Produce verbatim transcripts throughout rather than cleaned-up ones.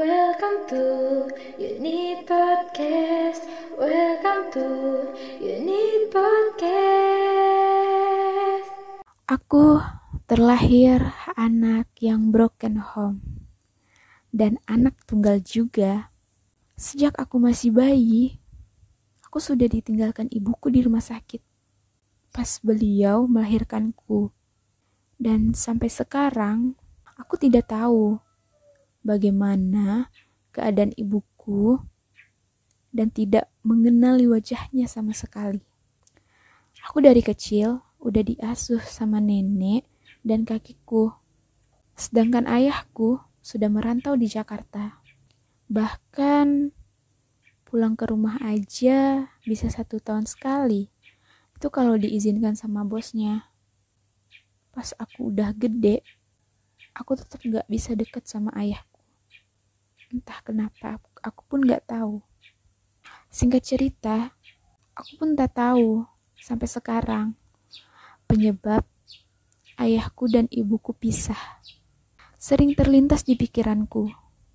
Welcome to Unit Podcast. Welcome to Unit Podcast. Aku terlahir anak yang broken home dan anak tunggal juga. Sejak aku masih bayi, aku sudah ditinggalkan ibuku di rumah sakit pas beliau melahirkanku. Dan sampai sekarang, aku tidak tahu bagaimana keadaan ibuku dan tidak mengenali wajahnya sama sekali. Aku dari kecil udah diasuh sama nenek dan kakiku. Sedangkan ayahku sudah merantau di Jakarta. Bahkan pulang ke rumah aja bisa satu tahun sekali. Itu kalau diizinkan sama bosnya. Pas aku udah gede, aku tetap gak bisa deket sama ayahku. Entah kenapa, aku pun gak tahu. Singkat cerita, aku pun tak tahu sampai sekarang penyebab ayahku dan ibuku pisah. Sering terlintas di pikiranku.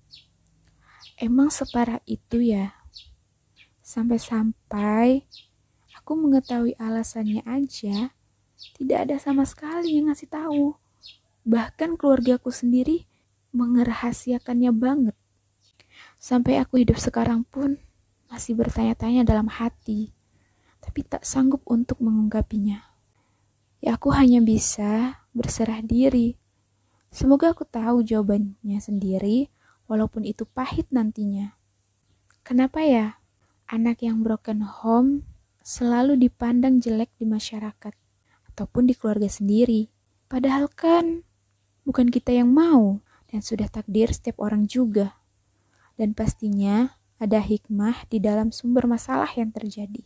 Emang separah itu ya? Sampai-sampai aku mengetahui alasannya aja, tidak ada sama sekali yang ngasih tahu. Bahkan keluargaku sendiri mengerahasiakannya banget. Sampai aku hidup sekarang pun masih bertanya-tanya dalam hati, tapi tak sanggup untuk mengungkapinya. Ya aku hanya bisa berserah diri. Semoga aku tahu jawabannya sendiri, walaupun itu pahit nantinya. Kenapa ya anak yang broken home selalu dipandang jelek di masyarakat ataupun di keluarga sendiri? Padahal kan bukan kita yang mau dan sudah takdir setiap orang juga. Dan pastinya ada hikmah di dalam sumber masalah yang terjadi.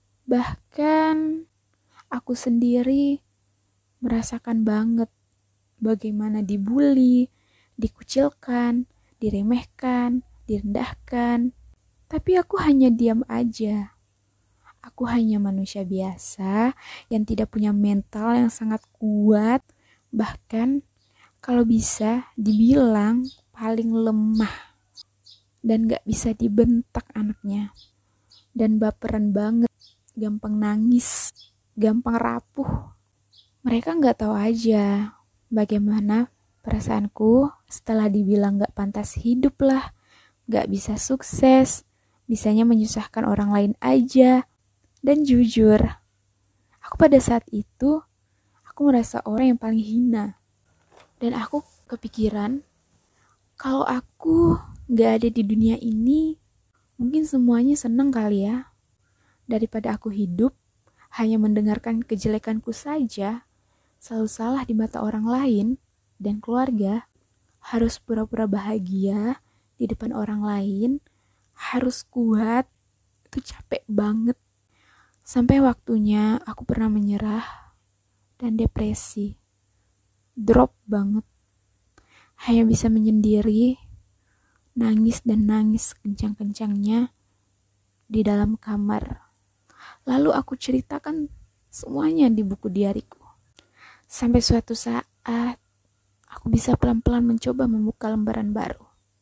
Bahkan aku sendiri merasakan banget bagaimana dibully, dikucilkan, diremehkan, direndahkan. Tapi aku hanya diam aja. Aku hanya manusia biasa yang tidak punya mental yang sangat kuat. Bahkan kalau bisa dibilang paling lemah. Dan gak bisa dibentak anaknya. Dan baperan banget, gampang nangis, gampang rapuh. Mereka gak tahu aja bagaimana perasaanku setelah dibilang gak pantas hidup lah, gak bisa sukses, bisanya menyusahkan orang lain aja. Dan jujur, aku pada saat itu, aku merasa orang yang paling hina. Dan aku kepikiran, kalau aku gak ada di dunia ini, mungkin semuanya senang kali ya. Daripada aku hidup, hanya mendengarkan kejelekanku saja, selalu salah di mata orang lain dan keluarga, harus pura-pura bahagia di depan orang lain, harus kuat, itu capek banget. Sampai waktunya aku pernah menyerah dan depresi, drop banget, hanya bisa menyendiri, nangis dan nangis kencang-kencangnya di dalam kamar. Lalu aku ceritakan semuanya di buku diariku. Sampai suatu saat, aku bisa pelan-pelan mencoba membuka lembaran baru.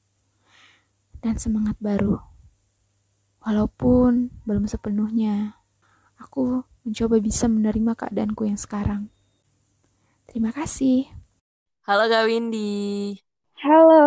Dan semangat baru. Walaupun belum sepenuhnya, aku mencoba bisa menerima keadaanku yang sekarang. Terima kasih. Halo Kak Windy. Halo,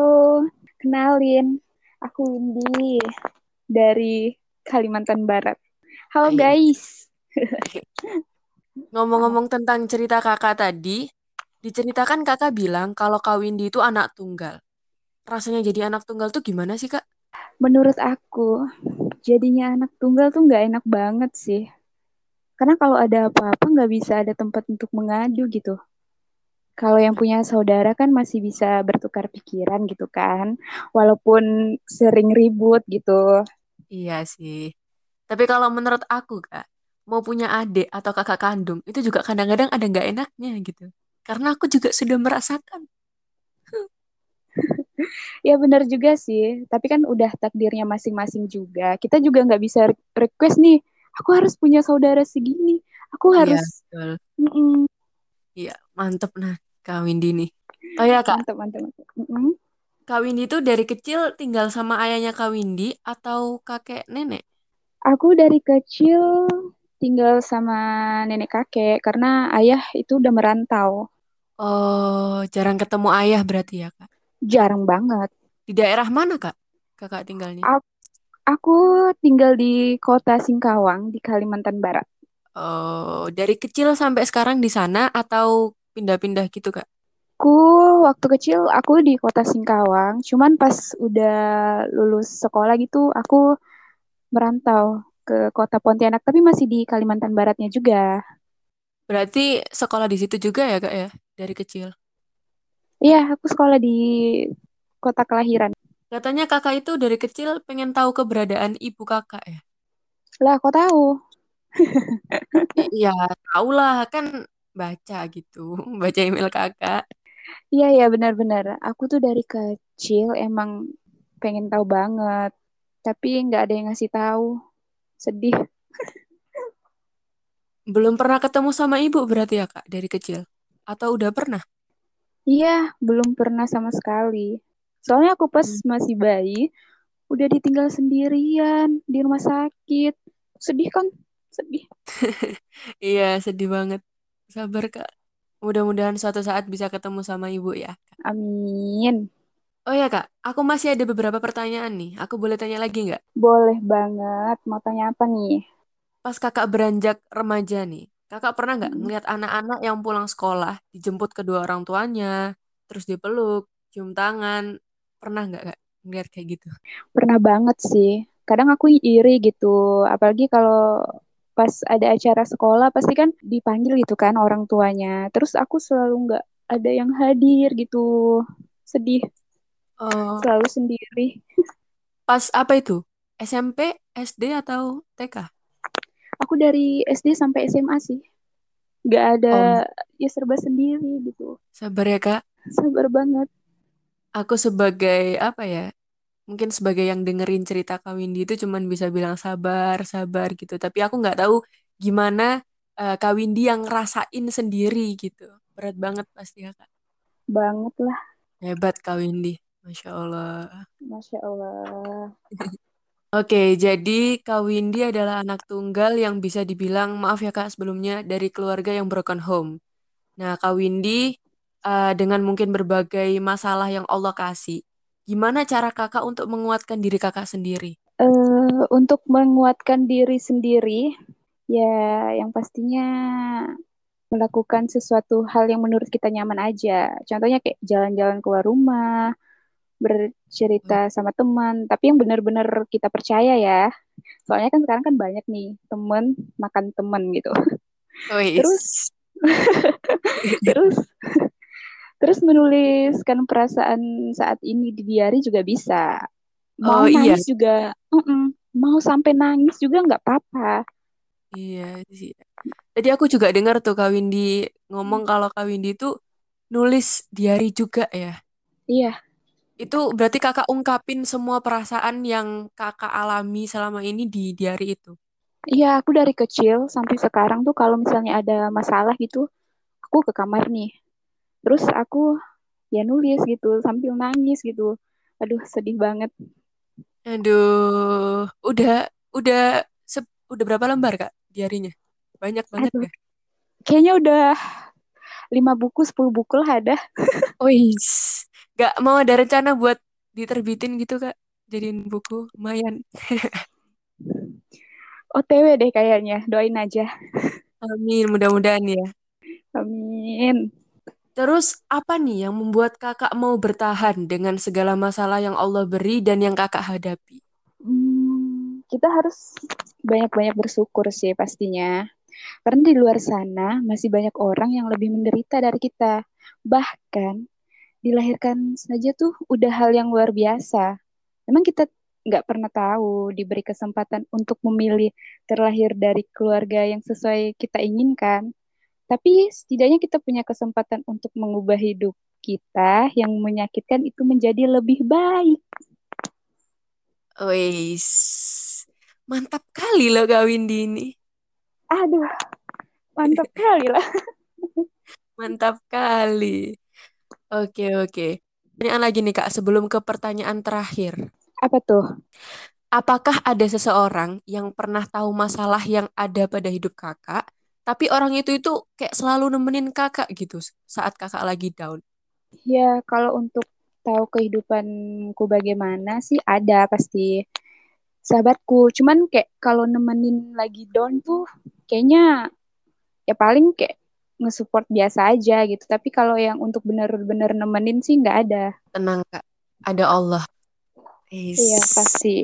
kenalin, aku Windy dari Kalimantan Barat. Halo Hai. guys. Ngomong-ngomong tentang cerita kakak tadi, diceritakan kakak bilang kalau Kak Windy itu anak tunggal. Rasanya jadi anak tunggal tuh gimana sih Kak? Menurut aku, jadinya anak tunggal tuh nggak enak banget sih. Karena kalau ada apa-apa nggak bisa ada tempat untuk mengadu gitu. Kalau yang punya saudara kan masih bisa bertukar pikiran gitu kan. Walaupun sering ribut gitu. Iya sih. Tapi kalau menurut aku Kak, mau punya adik atau kakak kandung, itu juga kadang-kadang ada nggak enaknya gitu. Karena aku juga sudah merasakan. Ya benar juga sih. Tapi kan udah takdirnya masing-masing juga. Kita juga nggak bisa request nih. Aku harus punya saudara segini. Aku Iya, harus betul. Mm-mm. Iya, mantep nah Kak Windy nih. Oh ya Kak, Mantap, mantap, mantap. Mm-mm. Kak Windy itu dari kecil tinggal sama ayahnya Kak Windy atau kakek nenek? Aku dari kecil tinggal sama nenek kakek karena ayah itu udah merantau. Oh, jarang ketemu ayah berarti ya, Kak. Jarang banget. Di daerah mana, Kak? Kakak tinggalnya? A- Aku tinggal di kota Singkawang di Kalimantan Barat. Oh, dari kecil sampai sekarang di sana atau pindah-pindah gitu, Kak? Aku waktu kecil aku di kota Singkawang, cuman pas udah lulus sekolah gitu aku merantau ke kota Pontianak, tapi masih di Kalimantan Baratnya juga. Berarti sekolah di situ juga ya, Kak ya? Dari kecil. Iya, aku sekolah di kota kelahiran. Katanya kakak itu dari kecil pengen tahu keberadaan ibu kakak ya? Lah, kok tahu? Iya, tahu lah kan baca gitu, baca email kakak. Iya, iya benar-benar. Aku tuh dari kecil emang pengen tahu banget, tapi nggak ada yang ngasih tahu. Sedih. Belum pernah ketemu sama ibu berarti ya, Kak, dari kecil? Atau udah pernah? Iya, belum pernah sama sekali. Soalnya aku pas Hmm. masih bayi, udah ditinggal sendirian di rumah sakit. Sedih kan? Sedih. Iya, sedih banget. Sabar, Kak. Mudah-mudahan suatu saat bisa ketemu sama ibu ya. Amin. Oh ya, Kak. Aku masih ada beberapa pertanyaan nih. Aku boleh tanya lagi nggak? Boleh banget. Mau tanya apa nih? Pas kakak beranjak remaja nih, kakak pernah nggak Hmm, ngeliat anak-anak yang pulang sekolah, dijemput kedua orang tuanya, terus dipeluk, cium tangan? Pernah nggak, Kak, ngeliat kayak gitu? Pernah banget sih. Kadang aku iri gitu. Apalagi kalau pas ada acara sekolah, pasti kan dipanggil gitu kan orang tuanya. Terus aku selalu nggak ada yang hadir gitu. Sedih. Oh, Selalu sendiri. pas apa itu? S M P, S D atau T K? Aku dari S D sampai S M A sih. Nggak ada, Oh, ya serba sendiri gitu. sabar ya, Kak. Sabar banget. Aku sebagai apa ya? Mungkin sebagai yang dengerin cerita Kak Windy itu cuman bisa bilang sabar, sabar gitu. Tapi aku nggak tahu gimana eh, Kak Windy yang ngerasain sendiri gitu. Berat banget pasti ya, Kak. Banget lah. Hebat Kak Windy. Masya Allah. Masya Allah. Oke, jadi Kak Windy adalah anak tunggal yang bisa dibilang, maaf ya Kak sebelumnya, dari keluarga yang broken home. Nah, Kak Windy, eh, dengan mungkin berbagai masalah yang Allah kasih, gimana cara kakak untuk menguatkan diri kakak sendiri? Eh, untuk menguatkan diri sendiri, ya yang pastinya melakukan sesuatu hal yang menurut kita nyaman aja. Contohnya kayak jalan-jalan keluar rumah, bercerita sama teman, tapi yang benar-benar kita percaya ya. Soalnya kan sekarang kan banyak nih temen makan temen gitu. Terus Wis. terus terus menuliskan perasaan saat ini di diary juga bisa. Mau Oh iya, nangis juga, mm-mm. Mau sampai nangis juga nggak apa-apa. iya sih. Tadi aku juga dengar tuh Kak Windy ngomong kalau Kak Windy itu nulis diary juga ya. Iya, Itu berarti kakak ungkapin semua perasaan yang kakak alami selama ini di diary itu. iya aku dari kecil sampai sekarang tuh kalau misalnya ada masalah gitu, aku ke kamar nih. Terus aku ya nulis gitu sambil nangis gitu. Aduh, sedih banget. Aduh, udah udah se- udah berapa lembar Kak diarinya? Banyak banget Aduh, gak? kayaknya udah lima buku, sepuluh buku lah ada. Wih, gak mau ada rencana buat diterbitin gitu Kak? Jadiin buku, lumayan. O T W deh kayaknya, doain aja. Amin, mudah-mudahan ya. Amin. Terus apa nih yang membuat kakak mau bertahan dengan segala masalah yang Allah beri dan yang kakak hadapi? Hmm, kita harus banyak-banyak bersyukur sih pastinya. Karena di luar sana masih banyak orang yang lebih menderita dari kita. Bahkan dilahirkan saja tuh udah hal yang luar biasa. Memang kita nggak pernah tahu diberi kesempatan untuk memilih terlahir dari keluarga yang sesuai kita inginkan. Tapi setidaknya kita punya kesempatan untuk mengubah hidup kita yang menyakitkan itu menjadi lebih baik. Wis, mantap kali loh Kak Windy ini. Aduh, mantap kali lah. Mantap kali. Oke, oke. Pertanyaan lagi nih Kak, sebelum ke pertanyaan terakhir. Apa tuh? Apakah ada seseorang yang pernah tahu masalah yang ada pada hidup kakak, tapi orang itu itu kayak selalu nemenin kakak gitu saat kakak lagi down? Ya, kalau untuk tahu kehidupanku bagaimana sih ada pasti sahabatku. Cuman kayak kalau nemenin lagi down tuh kayaknya ya paling kayak nge-support biasa aja gitu. Tapi kalau yang untuk bener-bener nemenin sih nggak ada. Tenang Kak, ada Allah. Iya, Is. pasti.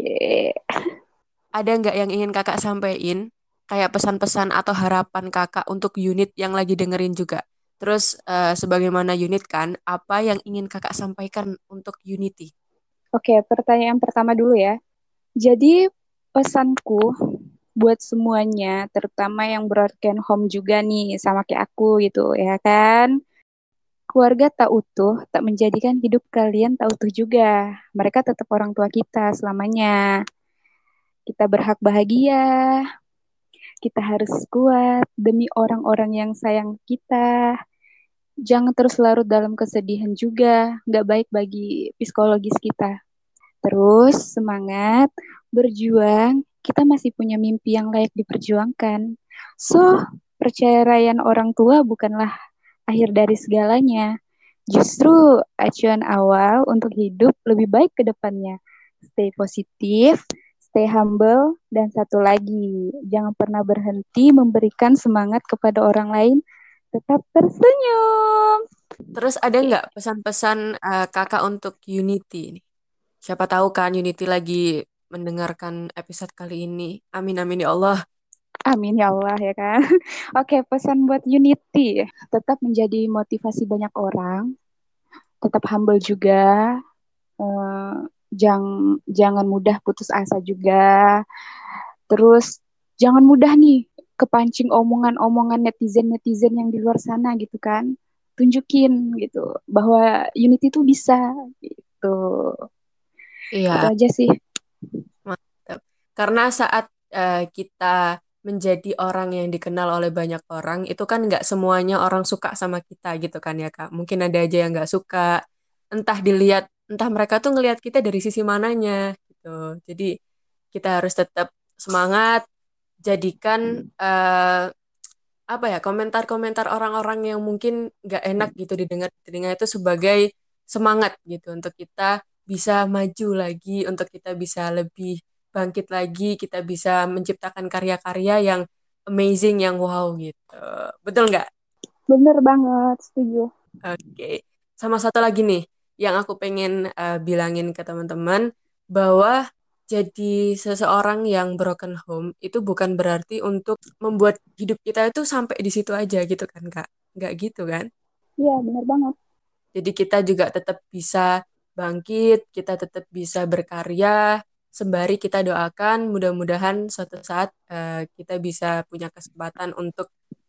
Ada nggak yang ingin kakak sampaikan? Kayak pesan-pesan atau harapan kakak untuk unit yang lagi dengerin juga. Terus eh, sebagaimana unit kan, apa yang ingin kakak sampaikan untuk Unity? Oke, pertanyaan pertama dulu ya. Jadi pesanku buat semuanya, terutama yang broken home juga nih, sama kayak aku gitu, ya kan? Keluarga tak utuh, tak menjadikan hidup kalian tak utuh juga. Mereka tetap orang tua kita selamanya. Kita berhak bahagia, kita harus kuat demi orang-orang yang sayang kita. Jangan terus larut dalam kesedihan juga, nggak baik bagi psikologis kita. Terus semangat, berjuang, kita masih punya mimpi yang layak diperjuangkan. So, perceraian orang tua bukanlah akhir dari segalanya. Justru acuan awal untuk hidup lebih baik ke depannya. Stay positif, stay humble, dan satu lagi, jangan pernah berhenti memberikan semangat kepada orang lain. Tetap tersenyum. Terus ada nggak pesan-pesan eh, kakak untuk Unity ini? Siapa tahu kan Unity lagi mendengarkan episode kali ini. Amin amin ya Allah. Amin ya Allah ya kan. Oke, pesan buat Unity. Tetap menjadi motivasi banyak orang. Tetap humble juga. Eh, jangan jangan mudah putus asa juga. Terus jangan mudah nih kepancing omongan-omongan netizen-netizen yang di luar sana gitu kan. Tunjukin gitu bahwa Unity itu bisa gitu. Itu Iya, aja sih. mantap. Karena saat eh, kita menjadi orang yang dikenal oleh banyak orang, itu kan nggak semuanya orang suka sama kita gitu kan ya Kak. Mungkin ada aja yang nggak suka, entah dilihat, entah mereka tuh ngelihat kita dari sisi mananya gitu. Jadi kita harus tetap semangat, jadikan eh, apa ya komentar-komentar orang-orang yang mungkin nggak enak gitu didengar di telinga itu sebagai semangat gitu untuk kita bisa maju lagi, untuk kita bisa lebih bangkit lagi, kita bisa menciptakan karya-karya yang amazing, yang wow gitu. Betul nggak? Bener banget, setuju. Oke. Sama satu lagi nih yang aku pengen eh, bilangin ke teman-teman bahwa jadi seseorang yang broken home itu bukan berarti untuk membuat hidup kita itu sampai di situ aja gitu kan Kak. Nggak gitu kan? Iya, bener banget. Jadi kita juga tetap bisa bangkit, kita tetap bisa berkarya, sembari kita doakan mudah-mudahan suatu saat eh, kita bisa punya kesempatan untuk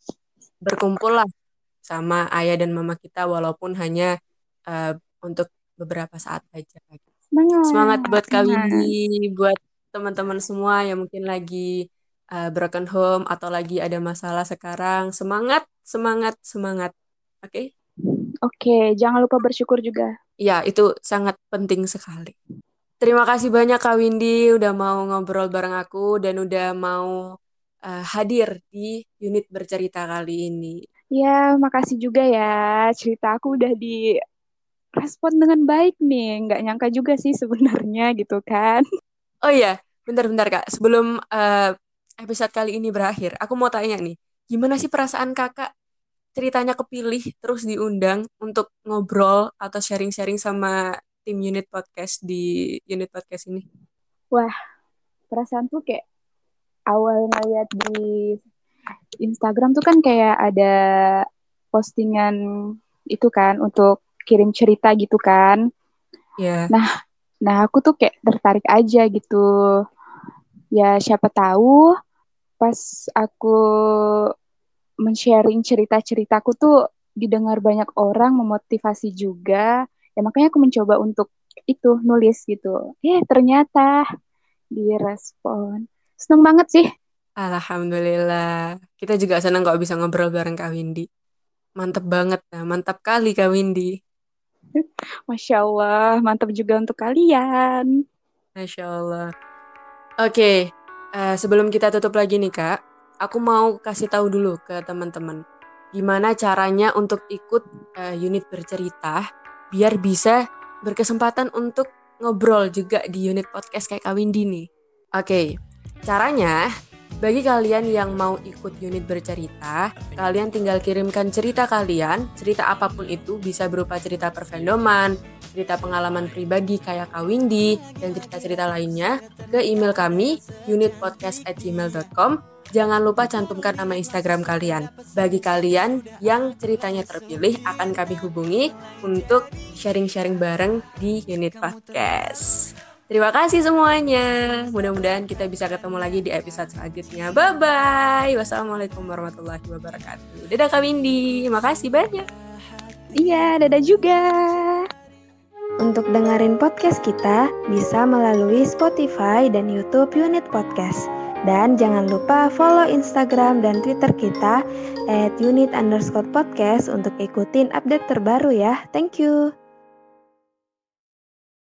berkumpul lah sama ayah dan mama kita walaupun hanya eh, untuk beberapa saat aja. Semangat Semangat, buat Kak Windy, semangat. buat teman-teman semua yang mungkin lagi eh, broken home atau lagi ada masalah sekarang. Semangat, semangat, semangat. Oke? Oke, jangan lupa bersyukur juga. Ya, itu sangat penting sekali. Terima kasih banyak Kak Windy udah mau ngobrol bareng aku dan udah mau eh, hadir di unit bercerita kali ini. Ya, makasih juga ya. Cerita aku udah direspon dengan baik nih. Nggak nyangka juga sih sebenarnya gitu kan. Oh iya, bentar-bentar Kak. Sebelum eh, episode kali ini berakhir, aku mau tanya nih, gimana sih perasaan Kakak ceritanya kepilih terus diundang untuk ngobrol atau sharing-sharing sama tim unit podcast di unit podcast ini? Wah, perasaan tuh kayak awal ngeliat di Instagram tuh kan kayak ada postingan itu kan untuk kirim cerita gitu kan. Ya, Nah, nah aku tuh kayak tertarik aja gitu. Ya siapa tahu pas aku men-sharing cerita-ceritaku tuh didengar banyak orang, memotivasi juga. Ya makanya aku mencoba untuk itu nulis gitu. Eh ternyata direspon. Seneng banget sih. Alhamdulillah. Kita juga senang kok bisa ngobrol bareng Kak Windy. Mantap banget, nah, mantap kali Kak Windy. Masya Allah, mantap juga untuk kalian. Masya Allah. Oke, eh, sebelum kita tutup lagi nih Kak, aku mau kasih tahu dulu ke teman-teman gimana caranya untuk ikut eh, unit bercerita biar bisa berkesempatan untuk ngobrol juga di unit podcast kayak Kak Windy nih. Oke, caranya bagi kalian yang mau ikut unit bercerita, kalian tinggal kirimkan cerita kalian, cerita apapun itu bisa berupa cerita perfandoman, cerita pengalaman pribadi kayak Kak Windy, dan cerita-cerita lainnya ke email kami unitpodcast at gmail dot com. Jangan lupa cantumkan nama Instagram kalian. Bagi kalian yang ceritanya terpilih akan kami hubungi untuk sharing-sharing bareng di unit podcast. Terima kasih semuanya. Mudah-mudahan kita bisa ketemu lagi di episode selanjutnya. Bye-bye. Wassalamualaikum warahmatullahi wabarakatuh. Dadah Kak Windy. Makasih banyak. Iya, dadah juga. Untuk dengerin podcast kita bisa melalui Spotify dan YouTube Unit Podcast. Dan jangan lupa follow Instagram dan Twitter kita at unit underscore podcast untuk ikutin update terbaru ya. Thank you.